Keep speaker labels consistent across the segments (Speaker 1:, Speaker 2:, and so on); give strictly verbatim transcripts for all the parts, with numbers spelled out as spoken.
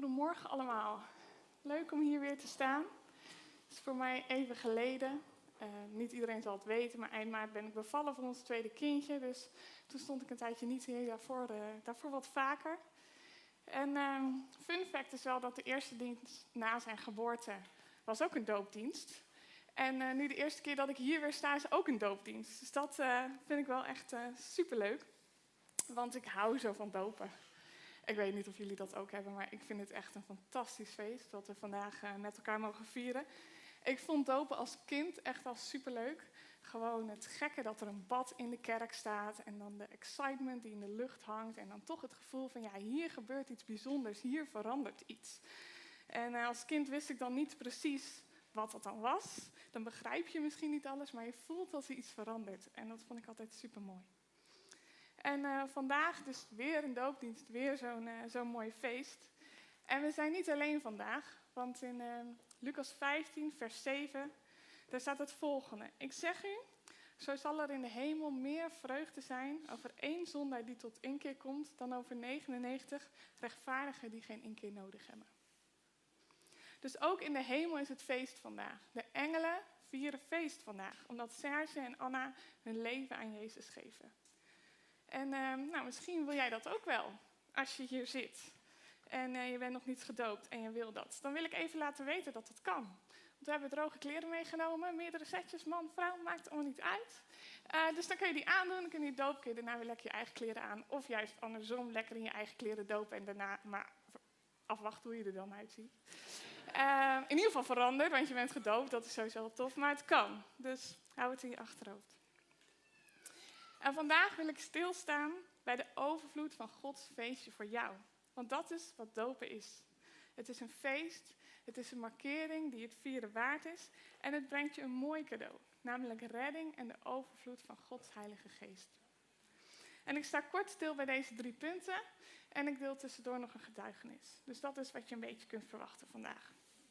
Speaker 1: Goedemorgen allemaal. Leuk om hier weer te staan. Het is voor mij even geleden. Uh, niet iedereen zal het weten, maar eind maart ben ik bevallen voor ons tweede kindje. Dus toen stond ik een tijdje niet hier, daarvoor, uh, daarvoor wat vaker. En uh, fun fact is wel dat de eerste dienst na zijn geboorte was ook een doopdienst. En uh, nu de eerste keer dat ik hier weer sta is ook een doopdienst. Dus dat uh, vind ik wel echt uh, superleuk. Want ik hou zo van dopen. Ik weet niet of jullie dat ook hebben, maar ik vind het echt een fantastisch feest dat we vandaag uh, met elkaar mogen vieren. Ik vond dopen als kind echt al superleuk. Gewoon het gekke dat er een bad in de kerk staat en dan de excitement die in de lucht hangt. En dan toch het gevoel van, ja, hier gebeurt iets bijzonders, hier verandert iets. En uh, als kind wist ik dan niet precies wat dat dan was. Dan begrijp je misschien niet alles, maar je voelt dat er iets verandert. En dat vond ik altijd supermooi. En uh, vandaag dus weer een doopdienst, weer zo'n uh, zo'n mooi feest. En we zijn niet alleen vandaag, want in uh, Lucas vijftien, vers zeven, daar staat het volgende. Ik zeg u, zo zal er in de hemel meer vreugde zijn over één zondaar die tot inkeer komt, dan over negenennegentig rechtvaardigen die geen inkeer nodig hebben. Dus ook in de hemel is het feest vandaag. De engelen vieren feest vandaag, omdat Serge en Anna hun leven aan Jezus geven. En uh, nou, misschien wil jij dat ook wel, als je hier zit. En uh, je bent nog niet gedoopt en je wil dat. Dan wil ik even laten weten dat dat kan. Want we hebben droge kleren meegenomen, meerdere setjes, man, vrouw, maakt allemaal niet uit. Uh, dus dan kun je die aandoen, dan kun je die dopen, kun je daarna weer lekker je eigen kleren aan. Of juist andersom, lekker in je eigen kleren dopen en daarna maar afwachten hoe je er dan uitziet. Uh, in ieder geval veranderd, want je bent gedoopt, dat is sowieso wel tof, maar het kan. Dus hou het in je achterhoofd. En vandaag wil ik stilstaan bij de overvloed van Gods feestje voor jou. Want dat is wat dopen is. Het is een feest, het is een markering die het vieren waard is. En het brengt je een mooi cadeau, namelijk redding en de overvloed van Gods Heilige Geest. En ik sta kort stil bij deze drie punten en ik deel tussendoor nog een getuigenis. Dus dat is wat je een beetje kunt verwachten vandaag.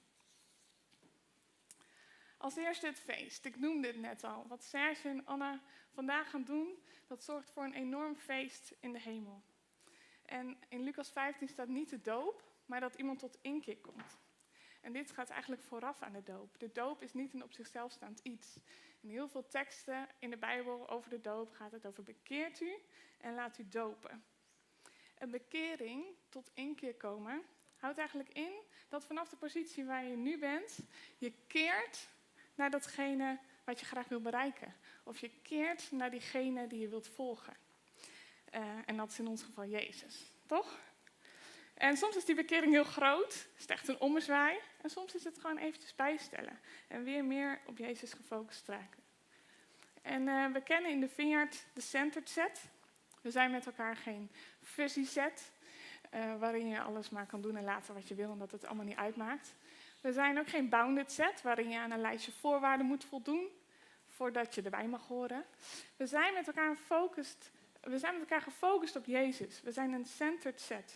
Speaker 1: Als eerste het feest. Ik noemde het net al. Wat Serge en Anna vandaag gaan doen, dat zorgt voor een enorm feest in de hemel. En in Lucas vijftien staat niet de doop, maar dat iemand tot inkeer komt. En dit gaat eigenlijk vooraf aan de doop. De doop is niet een op zichzelf staand iets. In heel veel teksten in de Bijbel over de doop gaat het over bekeert u en laat u dopen. Een bekering, tot inkeer komen, houdt eigenlijk in dat vanaf de positie waar je nu bent, je keert naar datgene wat je graag wil bereiken. Of je keert naar diegene die je wilt volgen. Uh, en dat is in ons geval Jezus, toch? En soms is die bekering heel groot, is het echt een ommezwaai. En soms is het gewoon eventjes bijstellen. En weer meer op Jezus gefocust raken. En uh, we kennen in de Vineyard de centered set. We zijn met elkaar geen fuzzy set, uh, waarin je alles maar kan doen en laten wat je wil, omdat het allemaal niet uitmaakt. We zijn ook geen bounded set, waarin je aan een lijstje voorwaarden moet voldoen, voordat je erbij mag horen. We zijn met elkaar gefocust, we zijn met elkaar gefocust op Jezus. We zijn een centered set.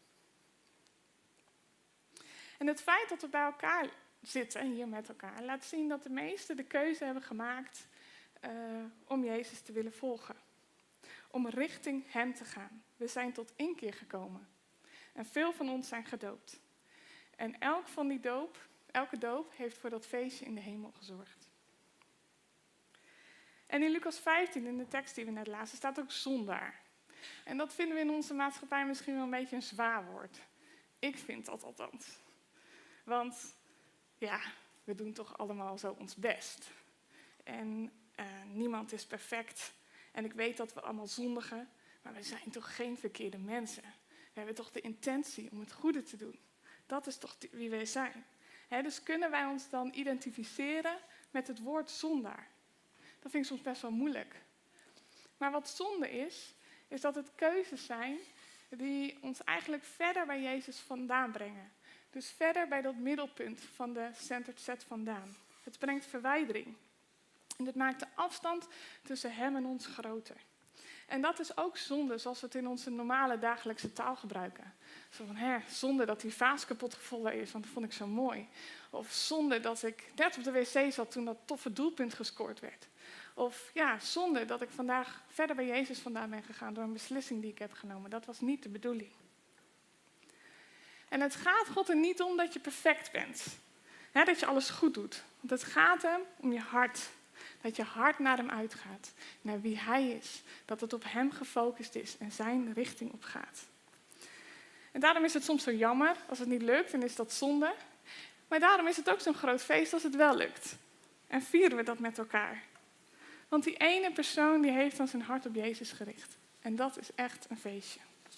Speaker 1: En het feit dat we bij elkaar zitten, hier met elkaar, laat zien dat de meesten de keuze hebben gemaakt uh, om Jezus te willen volgen. Om richting hem te gaan. We zijn tot inkeer gekomen. En veel van ons zijn gedoopt. En elk van die doop, elke doop heeft voor dat feestje in de hemel gezorgd. En in Lucas vijftien, in de tekst die we net lazen, staat ook zondaar. En dat vinden we in onze maatschappij misschien wel een beetje een zwaar woord. Ik vind dat althans. Want ja, we doen toch allemaal zo ons best. En uh, niemand is perfect. En ik weet dat we allemaal zondigen, maar we zijn toch geen verkeerde mensen. We hebben toch de intentie om het goede te doen. Dat is toch wie wij zijn. He, dus kunnen wij ons dan identificeren met het woord zondaar? Dat vind ik soms best wel moeilijk. Maar wat zonde is, is dat het keuzes zijn die ons eigenlijk verder bij Jezus vandaan brengen. Dus verder bij dat middelpunt van de centered set vandaan. Het brengt verwijdering. En het maakt de afstand tussen hem en ons groter. En dat is ook zonde, zoals we het in onze normale dagelijkse taal gebruiken. Zo van, hè, zonde dat die vaas kapot gevallen is, want dat vond ik zo mooi. Of zonde dat ik net op de wc zat toen dat toffe doelpunt gescoord werd. Of ja, zonde dat ik vandaag verder bij Jezus vandaan ben gegaan door een beslissing die ik heb genomen. Dat was niet de bedoeling. En het gaat God er niet om dat je perfect bent. Hè, dat je alles goed doet. Want het gaat hem om je hart. Dat je hart naar hem uitgaat. Naar wie hij is. Dat het op hem gefocust is en zijn richting op gaat. En daarom is het soms zo jammer als het niet lukt en is dat zonde. Maar daarom is het ook zo'n groot feest als het wel lukt. En vieren we dat met elkaar. Want die ene persoon die heeft dan zijn hart op Jezus gericht. En dat is echt een feestje.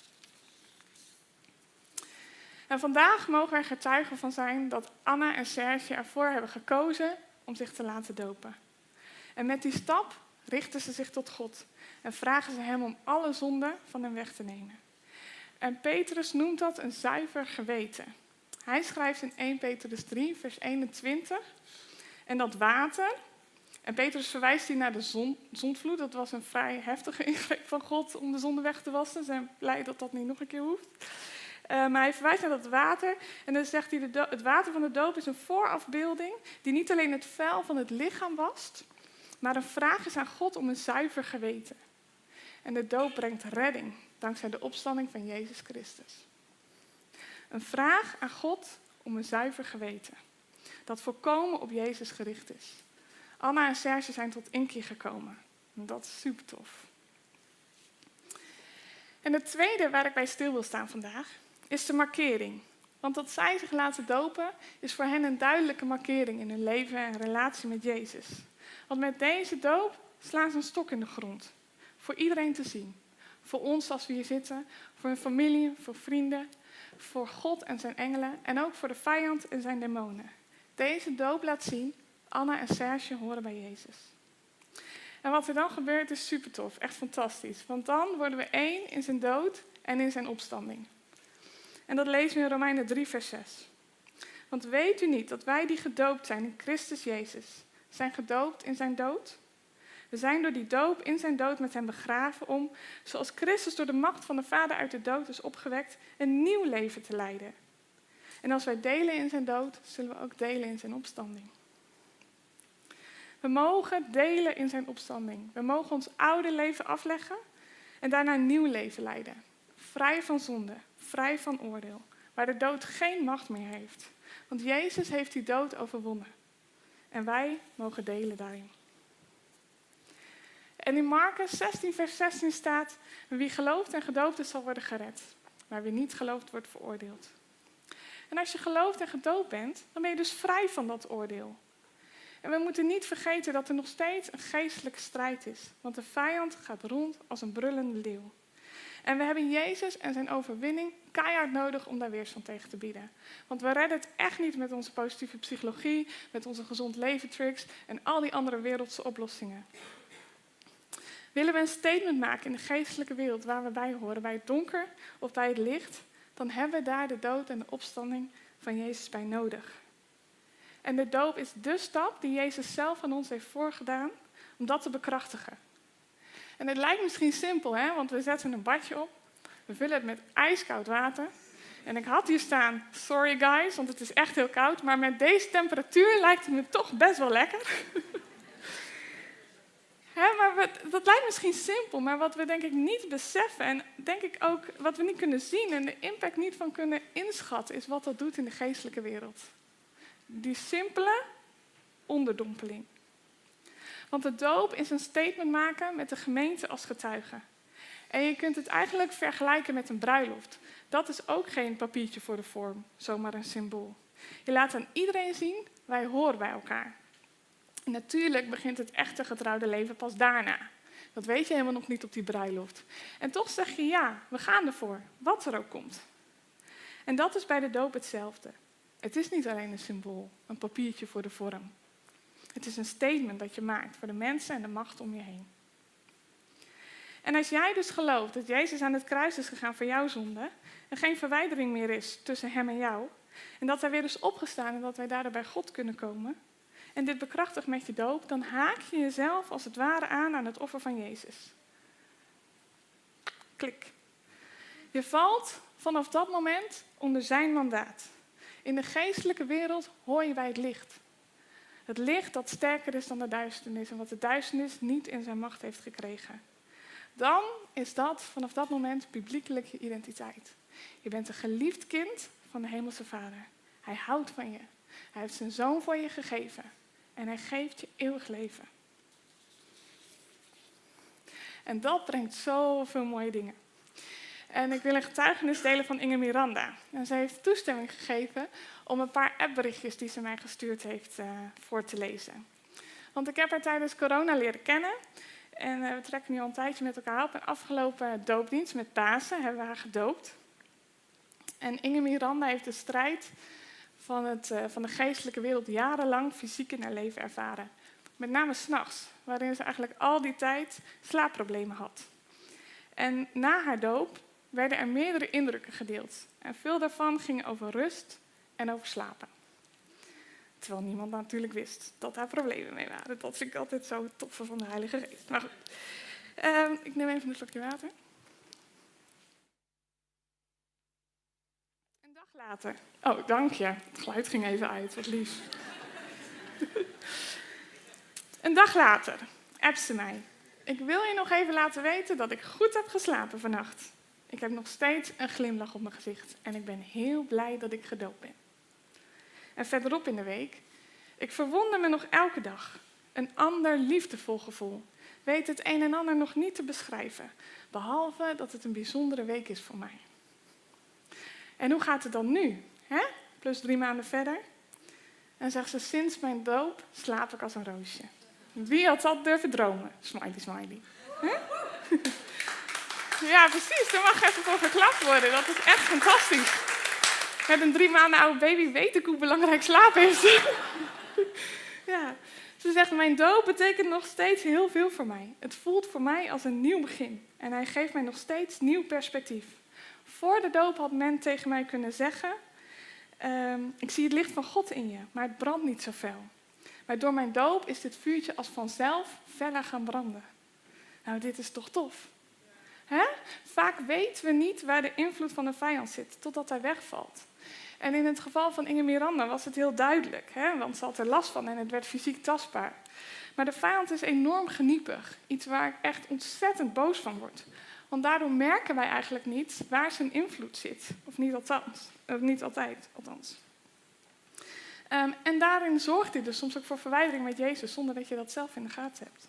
Speaker 1: En vandaag mogen we er getuigen van zijn dat Anna en Serge ervoor hebben gekozen om zich te laten dopen. En met die stap richten ze zich tot God en vragen ze hem om alle zonden van hem weg te nemen. En Petrus noemt dat een zuiver geweten. Hij schrijft in eerste Petrus drie, vers eenentwintig. En dat water, en Petrus verwijst hier naar de zon, zondvloed. Dat was een vrij heftige ingreep van God om de zonde weg te wassen. Ze zijn blij dat dat niet nog een keer hoeft. Uh, maar hij verwijst naar dat water. En dan zegt hij, de do- het water van de doop is een voorafbeelding die niet alleen het vuil van het lichaam wast, maar een vraag is aan God om een zuiver geweten. En de doop brengt redding, dankzij de opstanding van Jezus Christus. Een vraag aan God om een zuiver geweten, dat volkomen op Jezus gericht is. Anna en Serge zijn tot inkeer gekomen. En dat is super tof. En het tweede waar ik bij stil wil staan vandaag, is de markering. Want dat zij zich laten dopen, is voor hen een duidelijke markering in hun leven en relatie met Jezus. Want met deze doop slaan ze een stok in de grond. Voor iedereen te zien. Voor ons als we hier zitten, voor hun familie, voor vrienden, voor God en zijn engelen en ook voor de vijand en zijn demonen. Deze doop laat zien, Anna en Serge horen bij Jezus. En wat er dan gebeurt is super tof, echt fantastisch. Want dan worden we één in zijn dood en in zijn opstanding. En dat lezen we in Romeinen drie, vers zes. Want weet u niet dat wij die gedoopt zijn in Christus Jezus, zijn gedoopt in zijn dood? We zijn door die doop in zijn dood met hem begraven om, zoals Christus door de macht van de Vader uit de dood is opgewekt, een nieuw leven te leiden. En als wij delen in zijn dood, zullen we ook delen in zijn opstanding. We mogen delen in zijn opstanding. We mogen ons oude leven afleggen en daarna een nieuw leven leiden. Vrij van zonde, vrij van oordeel, waar de dood geen macht meer heeft. Want Jezus heeft die dood overwonnen. En wij mogen delen daarin. En in Markus zestien, vers zestien staat, wie gelooft en gedoopt is, zal worden gered. Maar wie niet gelooft, wordt veroordeeld. En als je gelooft en gedoopt bent, dan ben je dus vrij van dat oordeel. En we moeten niet vergeten dat er nog steeds een geestelijke strijd is. Want de vijand gaat rond als een brullende leeuw. En we hebben Jezus en zijn overwinning keihard nodig om daar weerstand tegen te bieden. Want we redden het echt niet met onze positieve psychologie, met onze gezond leven tricks en al die andere wereldse oplossingen. Willen we een statement maken in de geestelijke wereld waar we bij horen, bij het donker of bij het licht, dan hebben we daar de dood en de opstanding van Jezus bij nodig. En de doop is de stap die Jezus zelf aan ons heeft voorgedaan om dat te bekrachtigen. En het lijkt misschien simpel, hè? Want we zetten een badje op, we vullen het met ijskoud water. En ik had hier staan, sorry guys, want het is echt heel koud, maar met deze temperatuur lijkt het me toch best wel lekker. He, maar wat, dat lijkt misschien simpel, maar wat we denk ik niet beseffen en denk ik ook wat we niet kunnen zien en de impact niet van kunnen inschatten, is wat dat doet in de geestelijke wereld. Die simpele onderdompeling. Want de doop is een statement maken met de gemeente als getuige. En je kunt het eigenlijk vergelijken met een bruiloft. Dat is ook geen papiertje voor de vorm, zomaar een symbool. Je laat aan iedereen zien, wij horen bij elkaar. En natuurlijk begint het echte getrouwde leven pas daarna. Dat weet je helemaal nog niet op die bruiloft. En toch zeg je ja, we gaan ervoor, wat er ook komt. En dat is bij de doop hetzelfde. Het is niet alleen een symbool, een papiertje voor de vorm. Het is een statement dat je maakt voor de mensen en de macht om je heen. En als jij dus gelooft dat Jezus aan het kruis is gegaan voor jouw zonde, en geen verwijdering meer is tussen hem en jou, en dat hij weer is opgestaan en dat wij daardoor bij God kunnen komen, en dit bekrachtigt met je doop, dan haak je jezelf als het ware aan aan het offer van Jezus. Klik. Je valt vanaf dat moment onder zijn mandaat. In de geestelijke wereld hoor je bij het licht. Het licht dat sterker is dan de duisternis en wat de duisternis niet in zijn macht heeft gekregen. Dan is dat vanaf dat moment publiekelijk je identiteit. Je bent een geliefd kind van de Hemelse Vader. Hij houdt van je. Hij heeft zijn zoon voor je gegeven. En hij geeft je eeuwig leven. En dat brengt zoveel mooie dingen. En ik wil een getuigenis delen van Inge Miranda. En zij heeft toestemming gegeven om een paar appberichtjes die ze mij gestuurd heeft uh, voor te lezen. Want ik heb haar tijdens corona leren kennen. En uh, we trekken nu al een tijdje met elkaar op. En afgelopen doopdienst met Pasen hebben we haar gedoopt. En Inge Miranda heeft de strijd van, het, uh, van de geestelijke wereld jarenlang fysiek in haar leven ervaren. Met name 's nachts, waarin ze eigenlijk al die tijd slaapproblemen had. En na haar doop werden er meerdere indrukken gedeeld. En veel daarvan gingen over rust en over slapen. Terwijl niemand natuurlijk wist dat daar problemen mee waren. Dat vind ik altijd zo tof van de Heilige Geest. Maar goed, uh, ik neem even een slokje water. Een dag later. Oh, dank je. Het geluid ging even uit, wat lief. Een dag later appt ze mij. Ik wil je nog even laten weten dat ik goed heb geslapen vannacht. Ik heb nog steeds een glimlach op mijn gezicht. En ik ben heel blij dat ik gedoopt ben. En verderop in de week. Ik verwonder me nog elke dag. Een ander liefdevol gevoel. Weet het een en ander nog niet te beschrijven. Behalve dat het een bijzondere week is voor mij. En hoe gaat het dan nu? Hè? Plus drie maanden verder. En zegt ze, sinds mijn doop slaap ik als een roosje. Wie had dat durven dromen? Smiley, smiley. Huh? Ja, precies. Daar mag even voor geklapt worden. Dat is echt fantastisch. Met een drie maanden oude baby weet ik hoe belangrijk slaap is. Ja. Ze zegt, mijn doop betekent nog steeds heel veel voor mij. Het voelt voor mij als een nieuw begin. En hij geeft mij nog steeds nieuw perspectief. Voor de doop had men tegen mij kunnen zeggen, Um, ik zie het licht van God in je, maar het brandt niet zo fel. Maar door mijn doop is dit vuurtje als vanzelf feller gaan branden. Nou, dit is toch tof? Hè? Vaak weten we niet waar de invloed van de vijand zit, totdat hij wegvalt. En in het geval van Inge Miranda was het heel duidelijk, hè? Want ze had er last van en het werd fysiek tastbaar. Maar de vijand is enorm geniepig, iets waar ik echt ontzettend boos van word. Want daardoor merken wij eigenlijk niet waar zijn invloed zit. Of niet, althans, of niet altijd, althans. Um, en daarin zorgt hij dus soms ook voor verwijdering met Jezus, zonder dat je dat zelf in de gaten hebt.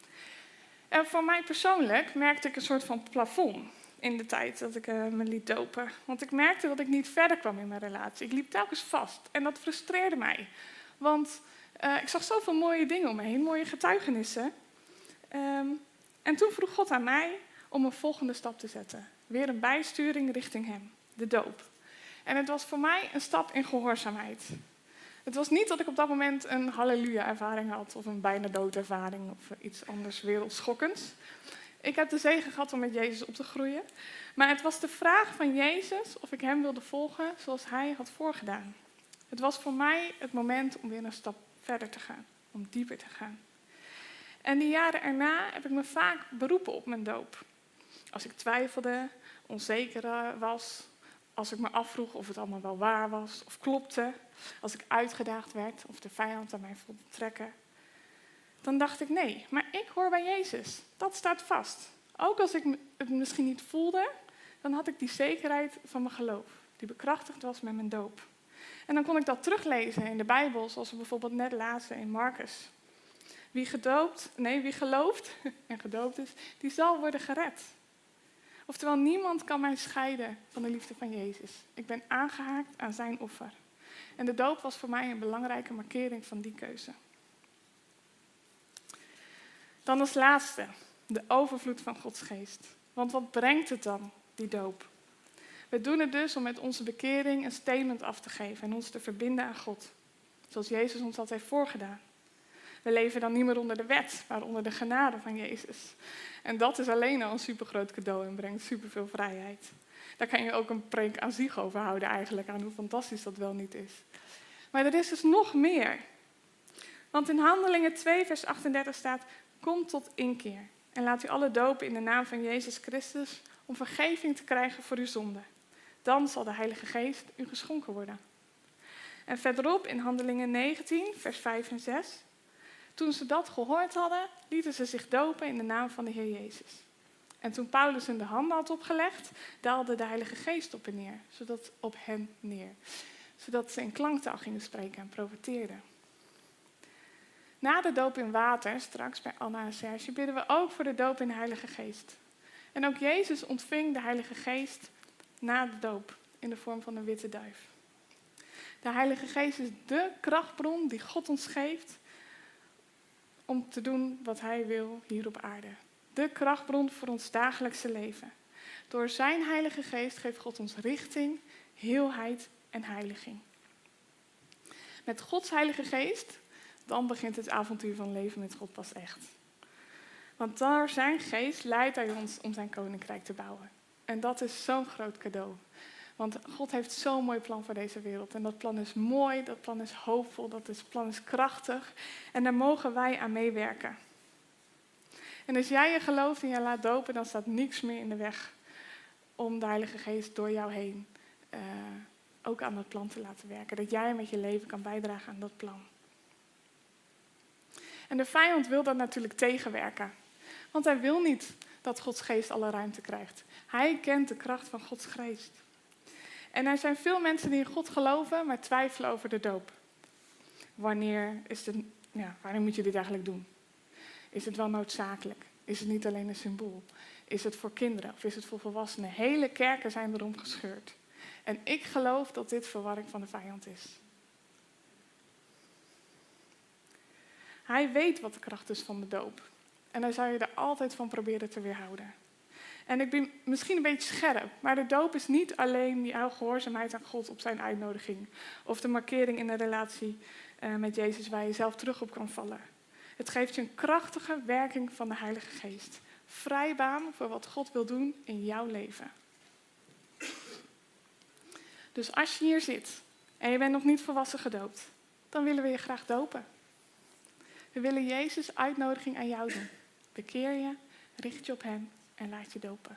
Speaker 1: En voor mij persoonlijk merkte ik een soort van plafond in de tijd dat ik uh, me liet dopen. Want ik merkte dat ik niet verder kwam in mijn relatie. Ik liep telkens vast en dat frustreerde mij. Want uh, ik zag zoveel mooie dingen om me heen, mooie getuigenissen. Um, en toen vroeg God aan mij om een volgende stap te zetten. Weer een bijsturing richting hem, de doop. En het was voor mij een stap in gehoorzaamheid. Het was niet dat ik op dat moment een halleluja-ervaring had, of een bijna doodervaring, of iets anders wereldschokkends. Ik heb de zegen gehad om met Jezus op te groeien. Maar het was de vraag van Jezus of ik hem wilde volgen zoals hij had voorgedaan. Het was voor mij het moment om weer een stap verder te gaan, om dieper te gaan. En die jaren erna heb ik me vaak beroepen op mijn doop. Als ik twijfelde, onzeker was, als ik me afvroeg of het allemaal wel waar was of klopte, als ik uitgedaagd werd of de vijand aan mij voelde trekken, dan dacht ik nee, maar ik hoor bij Jezus. Dat staat vast. Ook als ik het misschien niet voelde, dan had ik die zekerheid van mijn geloof, die bekrachtigd was met mijn doop. En dan kon ik dat teruglezen in de Bijbel, zoals we bijvoorbeeld net lazen in Marcus. Wie gedoopt, nee, wie gelooft en gedoopt is, die zal worden gered. Oftewel, niemand kan mij scheiden van de liefde van Jezus. Ik ben aangehaakt aan zijn offer. En de doop was voor mij een belangrijke markering van die keuze. Dan als laatste, de overvloed van Gods geest. Want wat brengt het dan, die doop? We doen het dus om met onze bekering een statement af te geven en ons te verbinden aan God. Zoals Jezus ons dat heeft voorgedaan. We leven dan niet meer onder de wet, maar onder de genade van Jezus. En dat is alleen al een supergroot cadeau en brengt superveel vrijheid. Daar kan je ook een preek aan zich over houden eigenlijk, aan hoe fantastisch dat wel niet is. Maar er is dus nog meer. Want in Handelingen twee vers achtendertig staat, kom tot inkeer. En laat u alle dopen in de naam van Jezus Christus om vergeving te krijgen voor uw zonden. Dan zal de Heilige Geest u geschonken worden. En verderop in Handelingen negentien vers vijf en zes... Toen ze dat gehoord hadden, lieten ze zich dopen in de naam van de Heer Jezus. En toen Paulus hun de handen had opgelegd, daalde de Heilige Geest op hen neer, zodat op hen neer. Zodat ze in klanktaal gingen spreken en profeteerden. Na de doop in water, straks bij Anna en Serge, bidden we ook voor de doop in de Heilige Geest. En ook Jezus ontving de Heilige Geest na de doop in de vorm van een witte duif. De Heilige Geest is dé krachtbron die God ons geeft om te doen wat Hij wil hier op aarde. De krachtbron voor ons dagelijkse leven. Door zijn Heilige Geest geeft God ons richting, heelheid en heiliging. Met Gods Heilige Geest, dan begint het avontuur van leven met God pas echt. Want door zijn geest leidt hij ons om zijn koninkrijk te bouwen. En dat is zo'n groot cadeau. Want God heeft zo'n mooi plan voor deze wereld. En dat plan is mooi, dat plan is hoopvol, dat is, plan is krachtig. En daar mogen wij aan meewerken. En als jij je gelooft en je laat dopen, dan staat niks meer in de weg om de Heilige Geest door jou heen uh, ook aan dat plan te laten werken. Dat jij met je leven kan bijdragen aan dat plan. En de vijand wil dat natuurlijk tegenwerken. Want hij wil niet dat Gods geest alle ruimte krijgt. Hij kent de kracht van Gods geest. En er zijn veel mensen die in God geloven, maar twijfelen over de doop. Wanneer is het, ja, wanneer moet je dit eigenlijk doen? Is het wel noodzakelijk? Is het niet alleen een symbool? Is het voor kinderen of is het voor volwassenen? Hele kerken zijn erom gescheurd. En ik geloof dat dit verwarring van de vijand is. Hij weet wat de kracht is van de doop. En hij zou je er altijd van proberen te weerhouden. En ik ben misschien een beetje scherp, maar de doop is niet alleen die gehoorzaamheid aan God op zijn uitnodiging. Of de markering in de relatie uh, met Jezus waar je zelf terug op kan vallen. Het geeft je een krachtige werking van de Heilige Geest. Vrijbaan voor wat God wil doen in jouw leven. Dus als je hier zit en je bent nog niet volwassen gedoopt, dan willen we je graag dopen. We willen Jezus' uitnodiging aan jou doen. Bekeer je, richt je op hem en laat je dopen.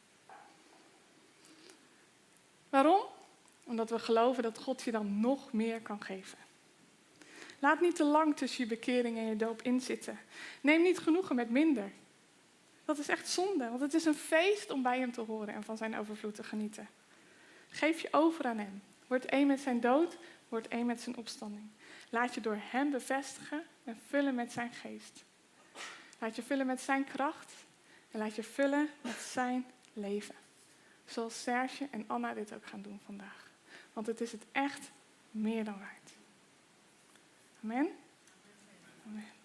Speaker 1: Waarom? Omdat we geloven dat God je dan nog meer kan geven. Laat niet te lang tussen je bekering en je doop inzitten. Neem niet genoegen met minder. Dat is echt zonde, want het is een feest om bij hem te horen en van zijn overvloed te genieten. Geef je over aan hem. Word één met zijn dood, word één met zijn opstanding. Laat je door hem bevestigen en vullen met zijn geest. Laat je vullen met zijn kracht en laat je vullen met zijn leven. Zoals Serge en Anna dit ook gaan doen vandaag. Want het is het echt meer dan waard. Amen? Amen.